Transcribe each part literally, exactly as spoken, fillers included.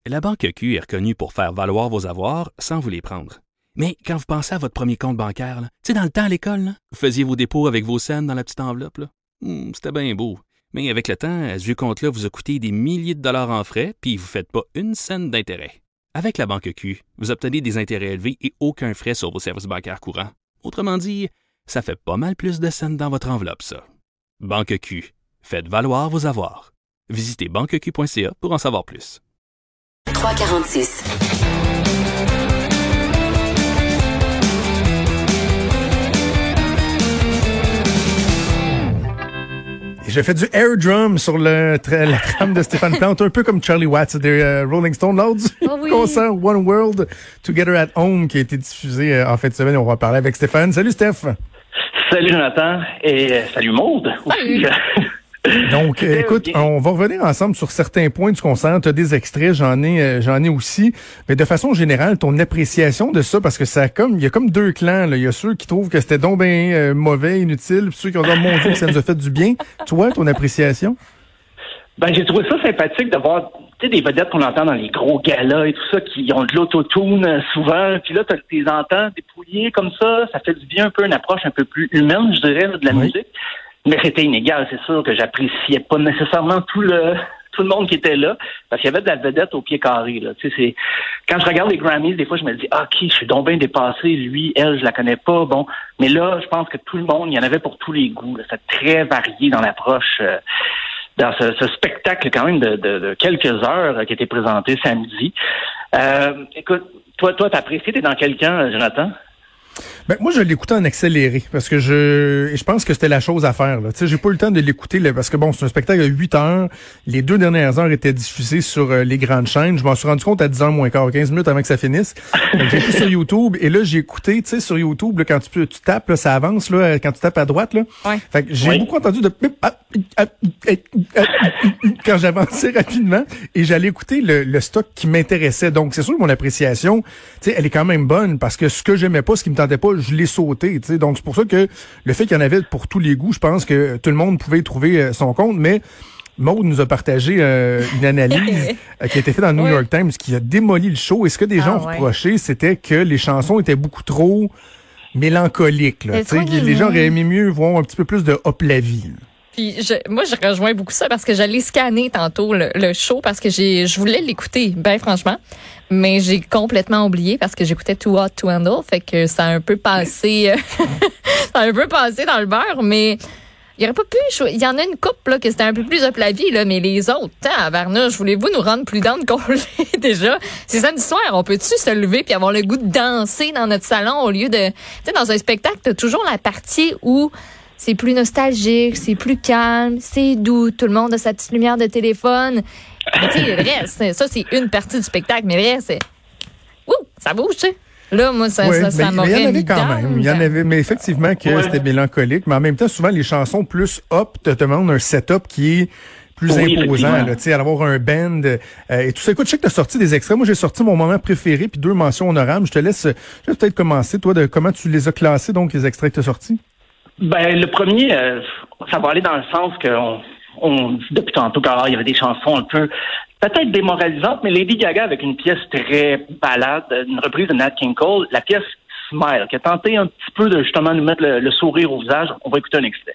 La Banque Q est reconnue pour faire valoir vos avoirs sans vous les prendre. Mais quand vous pensez à votre premier compte bancaire, tu sais, dans le temps à l'école, là, vous faisiez vos dépôts avec vos scènes dans la petite enveloppe. Là. Hum, c'était bien beau. Mais avec le temps, ce vieux compte-là vous a coûté des milliers de dollars en frais, puis vous ne faites pas une scène d'intérêt. Avec la Banque Q, vous obtenez des intérêts élevés et aucun frais sur vos services bancaires courants. Autrement dit, ça fait pas mal plus de scènes dans votre enveloppe, ça. Banque Q. Faites valoir vos avoirs. Visitez banque q point c a pour en savoir plus. trois quarante-six. J'ai fait du air drum sur le tra- la trame de Stéphane Plante, un peu comme Charlie Watts des uh, Rolling Stones lors du oh oui. concert One World Together at Home qui a été diffusé euh, en fin de semaine. On va parler avec Stéphane. Salut Steph. Salut Jonathan et euh, salut Maude. Salut. Donc, euh, écoute, okay. on va revenir ensemble sur certains points du concert. Tu as des extraits, j'en ai, euh, j'en ai aussi. Mais de façon générale, ton appréciation de ça, parce que ça a comme, il y a comme deux clans. Là. Il y a ceux qui trouvent que c'était donc bien euh, mauvais, inutile, puis ceux qui ont dit oh, mon Dieu que ça nous a fait du bien. Toi, ton appréciation? Ben, j'ai trouvé ça sympathique de voir, tu sais, des vedettes qu'on entend dans les gros galas et tout ça, qui ont de l'autotune euh, souvent. Puis là, tu les entends dépouiller comme ça. Ça fait du bien un peu, une approche un peu plus humaine, je dirais, là, de la oui. musique. Mais c'était inégal, c'est sûr que j'appréciais pas nécessairement tout le tout le monde qui était là, parce qu'il y avait de la vedette au pied carré. Là. Tu sais, c'est quand je regarde les Grammys, des fois je me dis ah, ok, je suis donc bien dépassé, lui, elle, je la connais pas. Bon, mais là, je pense que tout le monde, il y en avait pour tous les goûts. Là. C'était très varié dans l'approche. Euh, dans ce, ce spectacle quand même de, de, de quelques heures euh, qui a été présenté samedi. Euh, écoute, toi, toi, t'as apprécié, t'es dans quel camp, Jonathan? Ben moi je l'écoutais en accéléré parce que je je pense que c'était la chose à faire là. Tu sais, j'ai pas eu le temps de l'écouter là, parce que bon, c'est un spectacle de huit heures. Les deux dernières heures étaient diffusées sur euh, les grandes chaînes. Je m'en suis rendu compte à dix heures moins quart, quinze minutes avant que ça finisse. Donc, j'ai été sur YouTube et là j'ai écouté, tu sais, sur YouTube là, quand tu peux tu tapes là, ça avance là quand tu tapes à droite là. Ouais. Fait que j'ai oui. beaucoup entendu de quand j'avançais rapidement et j'allais écouter le, le stock qui m'intéressait. Donc c'est sûr que mon appréciation, tu sais, elle est quand même bonne parce que ce que j'aimais pas, ce qui me tentait pas, je l'ai sauté, tu sais. Donc c'est pour ça que le fait qu'il y en avait pour tous les goûts, je pense que tout le monde pouvait trouver son compte, mais Maude nous a partagé euh, une analyse euh, qui a été faite dans le New oui. York Times qui a démoli le show. Et ce que des gens ah, ont ouais. reproché, c'était que les chansons étaient beaucoup trop mélancoliques. Là, trop les gens auraient aimé mieux voir un petit peu plus de hop la vie. Là. Puis je, moi, je rejoins beaucoup ça parce que j'allais scanner tantôt le, le show parce que j'ai, je voulais l'écouter, ben franchement, mais j'ai complètement oublié parce que j'écoutais Too Hot to Handle, fait que ça a un peu passé, ça a un peu passé dans le beurre, mais il y aurait pas pu, il y en a une couple là que c'était un peu plus up la vie là, mais les autres, à Varnage, voulez-vous nous rendre plus down qu'on l'est déjà? C'est samedi soir, on peut-tu se lever puis avoir le goût de danser dans notre salon au lieu de, tu sais, dans un spectacle, t'as toujours la partie où c'est plus nostalgique, c'est plus calme, c'est doux. Tout le monde a sa petite lumière de téléphone. Tu sais, le reste, ça, c'est une partie du spectacle, mais le reste, c'est... Ouh, ça bouge, tu sais. Là, moi, ça, oui, ça, ça m'aurait mis il y en avait quand même. Il y en avait, mais effectivement que ouais. c'était mélancolique. Mais en même temps, souvent, les chansons plus hop te demandent un setup qui est plus oui, imposant, là, tu sais, avoir un band euh, et tout ça. Écoute, je sais que tu as sorti des extraits. Moi, j'ai sorti mon moment préféré puis deux mentions honorables. Je te laisse, je vais peut-être commencer, toi, de comment tu les as classés, donc, les extraits que tu as sortis. Ben, le premier, euh, ça va aller dans le sens qu'on on dit depuis tantôt qu'il y avait des chansons un peu peut-être démoralisantes, mais Lady Gaga avec une pièce très balade, une reprise de Nat King Cole, la pièce Smile, qui a tenté un petit peu de justement nous mettre le, le sourire au visage. On va écouter un extrait.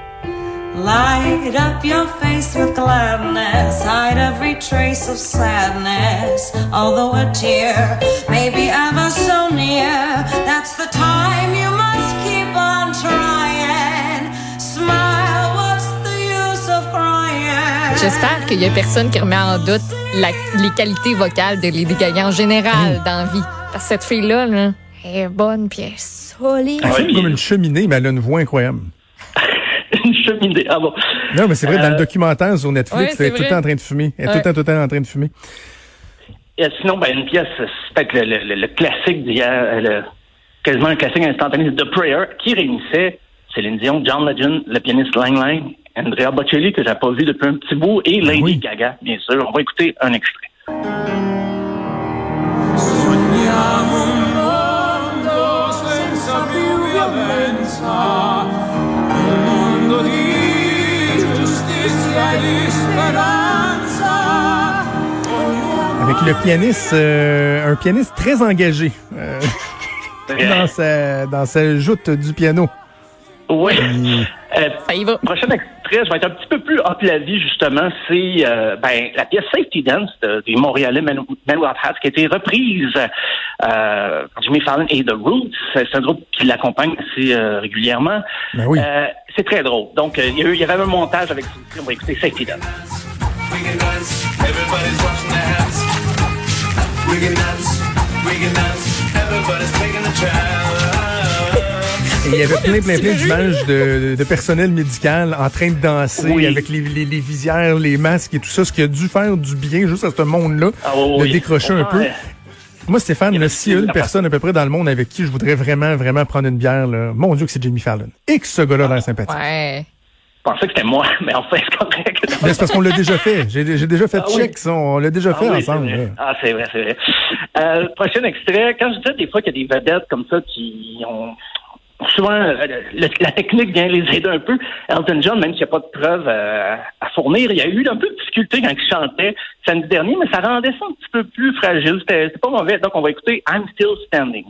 Light up your face with gladness, hide every trace of sadness, although a tear may be ever so near, that's the time you must keep on trying, smile, what's the use of crying. J'espère qu'il y a personne qui remet en doute la, les qualités vocales de Lady Gaga en général mmh. dans la vie, parce que cette fille-là, là, elle est bonne, puis elle est solide. Elle fait comme une cheminée, mais elle a une voix incroyable. Une cheminée. Ah bon. Non, mais c'est vrai, euh, dans le documentaire sur Netflix, ouais, elle est tout le temps en train de fumer. Elle est ouais. tout le temps, tout le temps en train de fumer. Et sinon, ben, une pièce, c'est peut-être le, le, le classique d'hier, le, quasiment un classique instantané de The Prayer, qui réunissait Céline Dion, John Legend, le pianiste Lang Lang, Andrea Bocelli, que j'ai pas vu depuis un petit bout, et Lady oui. Gaga, bien sûr. On va écouter un extrait. Avec le pianiste, euh, un pianiste très engagé euh, dans sa dans sa joute du piano. Oui. Mm. Euh, Ça y va. Prochain extrait, je vais être un petit peu plus up la vie, justement. C'est euh, ben, la pièce Safety Dance de, des Montréalais Men Without Hats qui a été reprise euh, par Jimmy Fallon et The Roots. C'est, c'est un groupe qui l'accompagne assez euh, régulièrement. Ben oui. Euh, c'est très drôle. Donc, euh, il y, a eu, il y avait un montage avec ça. On va écouter Safety Dance. We can dance, everybody's watching their hands. We can dance, we can dance, everybody's taking a chance. Et il y avait plein, plein, plein d'images de, de personnel médical en train de danser Oui. avec les, les, les visières, les masques et tout ça, ce qui a dû faire du bien juste à ce monde-là, Ah, oui, de oui. décrocher un Ouais. peu. Moi, Stéphane, Il y là, avait s'il y a une une personne à peu près dans le monde avec qui je voudrais vraiment, vraiment prendre une bière, là, mon Dieu que c'est Jimmy Fallon. Et que ce gars-là a l'air sympathique. Ouais. Je pensais que c'était moi, mais en fait, c'est correct. Mais c'est parce qu'on l'a déjà fait. J'ai, j'ai déjà fait Ah, check, oui. ça. On l'a déjà Ah fait oui, ensemble. c'est vrai. là. Ah, c'est vrai, c'est vrai. Euh, prochain extrait. Quand je disais des fois qu'il y a des vedettes comme ça qui ont souvent euh, le- la technique vient les aider un peu. Elton John, même s'il n'y a pas de preuves euh, à fournir, il y a eu un peu de difficulté quand il chantait samedi dernier, mais ça rendait ça un petit peu plus fragile. C'était, c'était pas mauvais. Donc, on va écouter I'm Still Standing.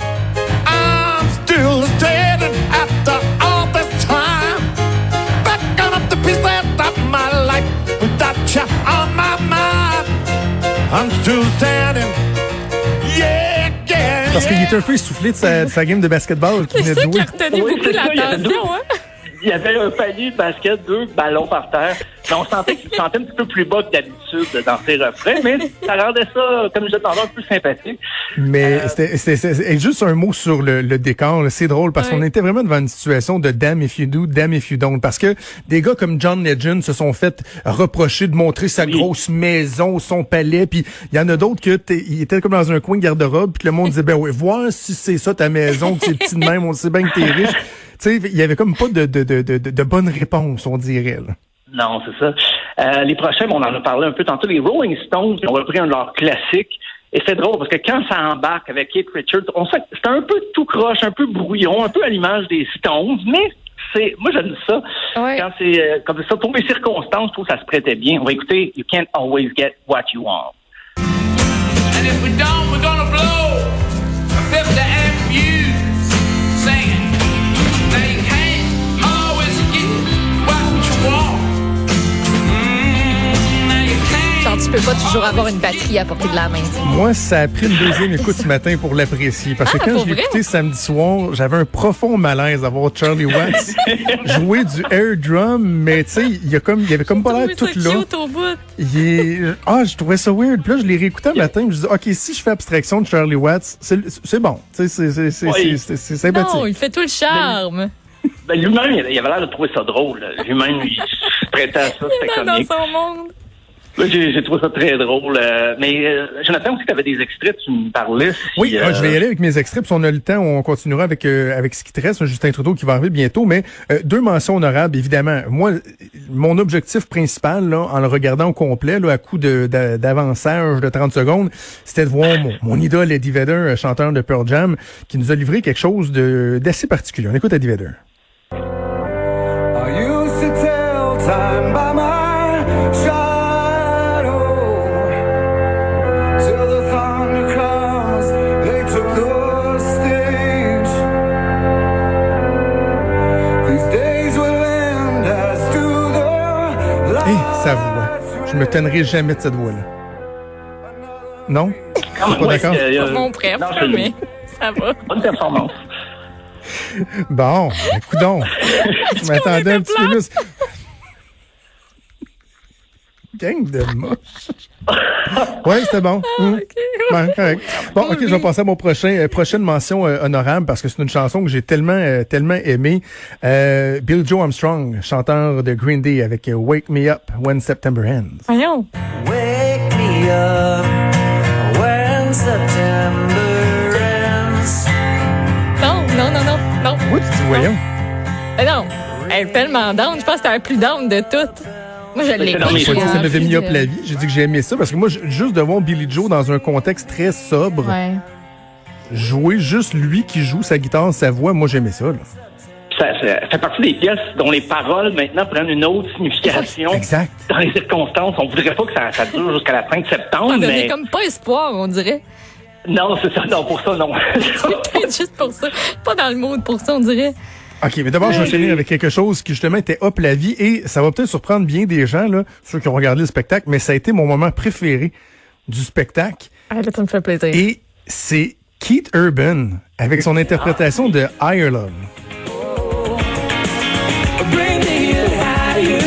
I'm still standing after all this time. Backing up the pieces of my life without you on my mind. I'm still standing. Yeah, yeah. Parce qu'il était un peu essoufflé de sa, de sa game de basketball qu'il C'est venait de ça qui jouer. a retenu Oui, beaucoup c'est ça, il y avait l'attention, deux- hein? Il y avait un panier de basket, deux ballons par terre. Mais on sentait qu'il chantait un petit peu plus bas que d'habitude dans ses refrains, mais ça rendait ça, comme je disais tantôt, un peu sympathique. Mais c'était, c'était, c'était- et juste un mot sur le, le décor, là, c'est drôle parce Ouais. qu'on était vraiment devant une situation de damn if you do, damn if you don't. Parce que des gars comme John Legend se sont fait reprocher de montrer sa Oui. grosse maison, son palais, puis il y en a d'autres que t'es- ils étaient comme dans un coin de garde-robe, puis que le monde disait ben oui, voir si c'est ça ta maison, que c'est petit de même, on sait bien que t'es riche. Tu sais, il y avait comme pas de de de de, de bonne réponse, on dirait. Là. Non, c'est ça. Euh, les prochains, on en a parlé un peu tantôt, les Rolling Stones qui ont repris un de leurs classiques. Et c'est drôle parce que quand ça embarque avec Keith Richards, on sait que c'est un peu tout croche, un peu brouillon, un peu à l'image des Stones, mais c'est, moi j'aime ça. Ouais. Quand c'est euh, comme ça, pour les circonstances, je trouve que ça se prêtait bien. On va écouter You Can't Always Get What You Want. And if we don't, we're gonna blow a fifty amp fuse. Singing. Now you can't always get what you want. Mm, now you can't. Genre, tu peux pas toujours avoir une batterie à portée de la main. tu sais. Moi, ça a pris une deuxième écoute ce matin pour l'apprécier. Parce que Ah, quand pour je l'ai vrai? écouté samedi soir, j'avais un profond malaise à voir Charlie Watts jouer du air drum, mais tu sais, il y a comme, il y avait comme pas l'air Trouvé tout ça là. cute au bout. Il est... Ah, je trouvais ça weird. Puis là, je l'ai réécouté un matin, je me dis, OK, si je fais abstraction de Charlie Watts, c'est, c'est bon. Tu sais, c'est, c'est, c'est, Oui. c'est, c'est, c'est sympathique. Non, il fait tout le charme. Ben, lui-même, il il avait l'air de trouver ça drôle. Lui-même, il se prêtait à ça, c'était Dans, dans comique. son monde. Là, j'ai, j'ai trouvé ça très drôle. euh, mais euh, Jonathan, aussi, tu avais des extraits, tu me parlais. Si, Oui, euh, ah, je vais y aller avec mes extraits. Puis si on a le temps, on continuera avec euh, avec ce qui te reste. Justin Trudeau qui va arriver bientôt. Mais euh, deux mentions honorables, évidemment. Moi, mon objectif principal, là, en le regardant au complet, là, à coup de, d'a- d'avançage de trente secondes, c'était de voir mon, mon idole Eddie Vedder, chanteur de Pearl Jam, qui nous a livré quelque chose de d'assez particulier. On écoute Eddie Vedder. I used to tell time by my shadow till the thunderclouds they took the stage. These days will end as do the Et lights. sa voix. Je me tannerai jamais de cette voix-là. Non? quand même, pas ouais, d'accord? euh, Pas euh, mon préf, non, c'est mais ça va. bonne performance. Bon, écoute donc. Je m'attendais un petit peu plus. Gang de moche. Ouais, c'était bon. Hum. OK. Ouais, correct. Bon, ok, je vais passer à mon prochain euh, prochaine mention euh, honorable parce que c'est une chanson que j'ai tellement euh, tellement aimée. Euh, Bill Joe Armstrong, chanteur de Green Day avec euh, Wake Me Up When September Ends. Voyons. Wake me up when September ends. Non, non, non, non, non. Oui, tu dis voyons. Mais non, elle est tellement down. Je pense que c'était la plus down de toutes. Moi, je l'ai c'est dans pas. mes J'ai pas dit que ça m'avait mis up la vie. J'ai dit que j'ai aimé ça parce que moi, j- juste de voir Billy Joe dans un contexte très sobre, Ouais. jouer juste lui qui joue sa guitare, sa voix, moi j'aimais ça. Là. ça, ça fait partie des pièces dont les paroles maintenant prennent une autre signification. Exact. Dans les circonstances. On voudrait pas que ça, ça dure jusqu'à la fin de septembre, On mais... n'avait comme pas espoir, on dirait. Non, c'est ça. Non, pour ça, non. C'est peut-être juste pour ça. Pas dans le mood pour ça, on dirait. OK, mais d'abord, je vais finir avec quelque chose qui, justement, était hop la vie, et ça va peut-être surprendre bien des gens, là, ceux qui ont regardé le spectacle, mais ça a été mon moment préféré du spectacle. Ah, là, ça me fait plaisir. Et c'est Keith Urban, avec son interprétation de Higher Love. Bring me higher,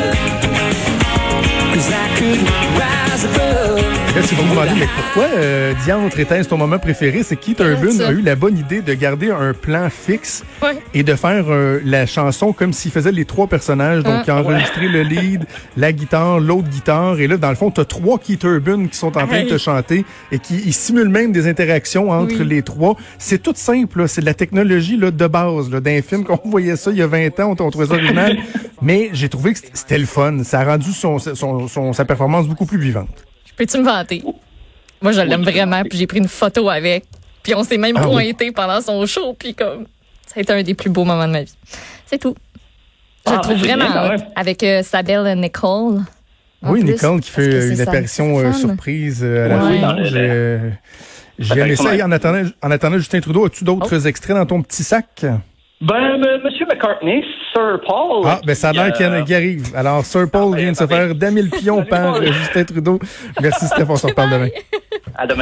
'cause I could rise above. Là, si vous me demandez, mais pourquoi euh, Diantre était ton moment préféré, c'est que Keith Urban ça. a eu la bonne idée de garder un plan fixe Ouais. et de faire euh, la chanson comme s'il faisait les trois personnages. Donc, Ah. il a enregistré le lead, la guitare, l'autre guitare. Et là, dans le fond, tu as trois Keith Urban qui sont en train Hey. de te chanter et qui ils simulent même des interactions entre Oui. les trois. C'est tout simple, là. C'est de la technologie là, de base. Là, d'un film qu'on voyait ça il y a vingt ans, on trouvait ça original. Mais j'ai trouvé que c'était le fun. Ça a rendu son, son, son, sa performance beaucoup plus vivante. Peux-tu me vanter? Moi, je l'aime vraiment, puis j'ai pris une photo avec. Puis on s'est même Ah oui. pointé pendant son show, puis comme... Ça a été un des plus beaux moments de ma vie. C'est tout. Je Ah, le trouve c'est vraiment bien, quand hot. même. Avec euh, sa belle Nicole. En Oui, plus, Nicole qui parce que fait c'est une sa- apparition c'est euh, fun. surprise euh, à la Ouais. fin. Ouais. J'ai j'ai Peut-être aimé ça. qu'on a- Et en attendant, en attendant Justin Trudeau, as-tu d'autres Oh. extraits dans ton petit sac? Ben, M. Monsieur McCartney, Sir Paul... Ah, ben ça a l'air qui, qu'il y en a euh, qui arrive. Alors, Sir Paul Ah, ben, vient de se ah, ben. faire damer le pion Salut, par Paul. euh, Justin Trudeau. Merci, Steph. On se reparle demain. À demain.